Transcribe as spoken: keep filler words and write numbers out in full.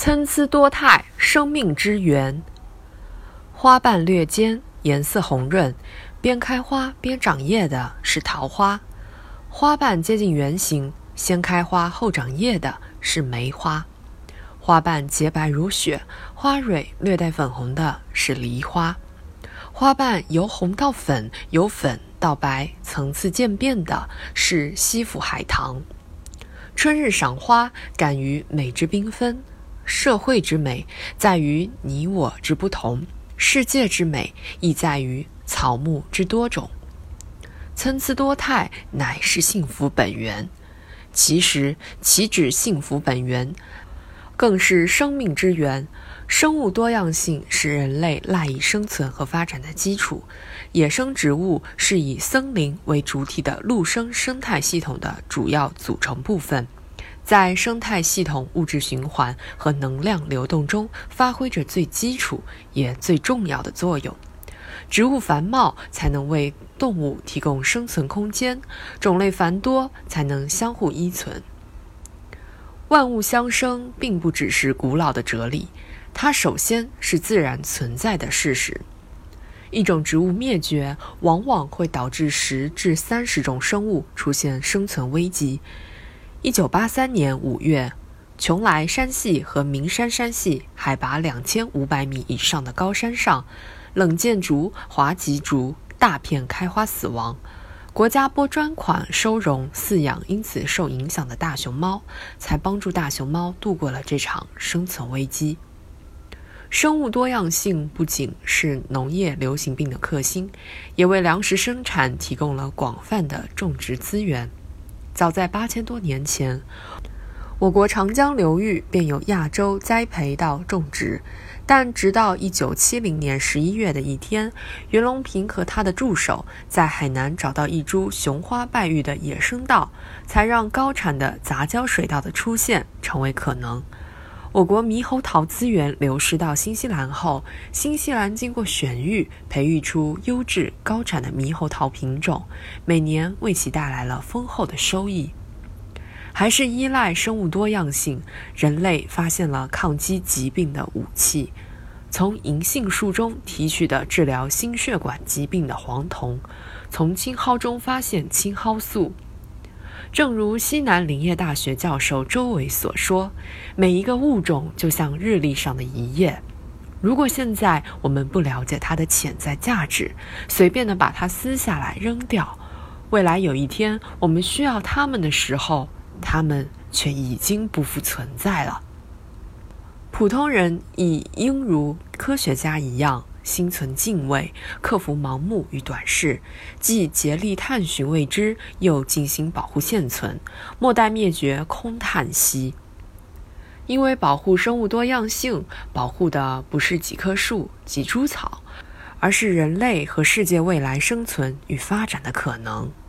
参差多态，生命之源。花瓣略尖，颜色红润，边开花边长叶的是桃花。花瓣接近圆形，先开花后长叶的是梅花。花瓣洁白如雪，花蕊略带粉红的是梨花。花瓣由红到粉，由粉到白，层次渐变的是西府海棠。春日赏花，感于美之缤纷。社会之美在于你我之不同，世界之美亦在于草木之多种。参差多态乃是幸福本源，其实岂止幸福本源，更是生命之源。生物多样性是人类赖以生存和发展的基础。野生植物是以森林为主体的陆生生态系统的主要组成部分，在生态系统物质循环和能量流动中发挥着最基础也最重要的作用。植物繁茂才能为动物提供生存空间，种类繁多才能相互依存。万物相生并不只是古老的哲理，它首先是自然存在的事实。一种植物灭绝，往往会导致十至三十种生物出现生存危机。一九八三年五月，邛崃山系和名山山系海拔两千五百米以上的高山上，冷箭竹、华棘竹大片开花死亡。国家拨专款收容饲养因此受影响的大熊猫，才帮助大熊猫度过了这场生存危机。生物多样性不仅是农业流行病的克星，也为粮食生产提供了广泛的种植资源。早在八千多年前，我国长江流域便有亚洲栽培到种植，但直到一九七零年十一月的一天，袁隆平和他的助手在海南找到一株雄花败玉的野生稻，才让高产的杂交水稻的出现成为可能。我国猕猴桃资源流失到新西兰后，新西兰经过选育，培育出优质高产的猕猴桃品种，每年为其带来了丰厚的收益。还是依赖生物多样性，人类发现了抗击疾病的武器。从银杏树中提取的治疗心血管疾病的黄酮，从青蒿中发现青蒿素。正如西南林业大学教授周伟所说，每一个物种就像日历上的一页，如果现在我们不了解它的潜在价值，随便的把它撕下来扔掉，未来有一天我们需要它们的时候，它们却已经不复存在了。普通人亦应如科学家一样，心存敬畏，克服盲目与短视，既竭力探寻未知，又尽心保护现存，莫待灭绝空叹息。因为保护生物多样性，保护的不是几棵树、几株草，而是人类和世界未来生存与发展的可能。